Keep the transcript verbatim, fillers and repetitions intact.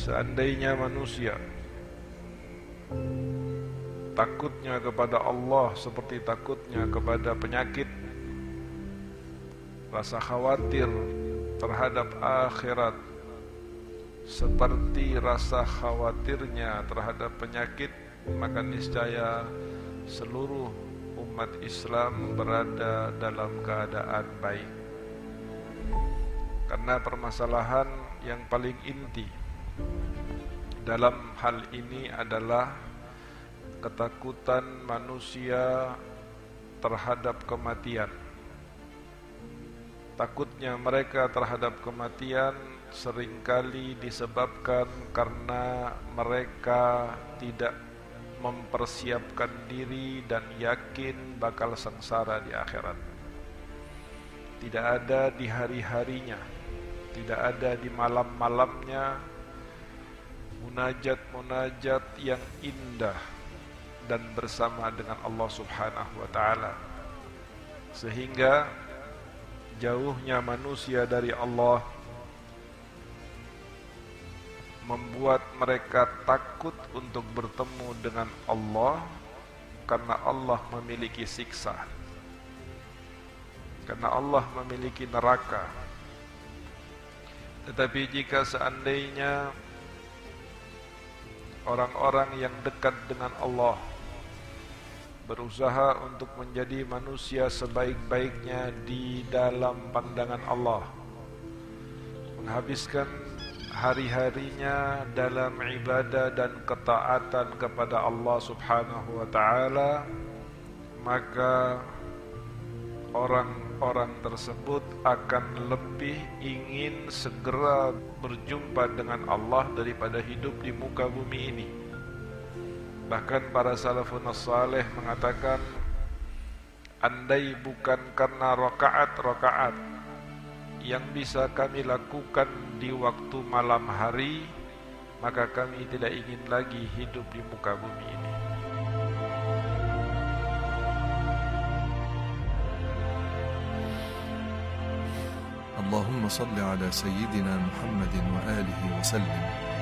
Seandainya manusia takutnya kepada Allah seperti takutnya kepada penyakit, rasa khawatir terhadap akhirat seperti rasa khawatirnya terhadap penyakit, maka niscaya seluruh umat Islam berada dalam keadaan baik. Karena permasalahan yang paling inti dalam hal ini adalah ketakutan manusia terhadap kematian. Takutnya mereka terhadap kematian seringkali disebabkan karena mereka tidak mempersiapkan diri dan yakin bakal sengsara di akhirat. Tidak ada di hari-harinya, tidak ada di malam-malamnya munajat-munajat yang indah dan bersama dengan Allah Subhanahu wa taala, sehingga jauhnya manusia dari Allah membuat mereka takut untuk bertemu dengan Allah, karena Allah memiliki siksa, karena Allah memiliki neraka. Tetapi jika seandainya orang-orang yang dekat dengan Allah berusaha untuk menjadi manusia sebaik-baiknya di dalam pandangan Allah, menghabiskan hari-harinya dalam ibadah dan ketaatan kepada Allah Subhanahu wa taala, maka orang-orang tersebut akan lebih ingin segera berjumpa dengan Allah daripada hidup di muka bumi ini. Bahkan para salafun saleh mengatakan, andai bukan karena rakaat-rakaat yang bisa kami lakukan di waktu malam hari, maka kami tidak ingin lagi hidup di muka bumi ini. Allahumma salli ala Sayyidina Muhammadin wa alihi wa sallim.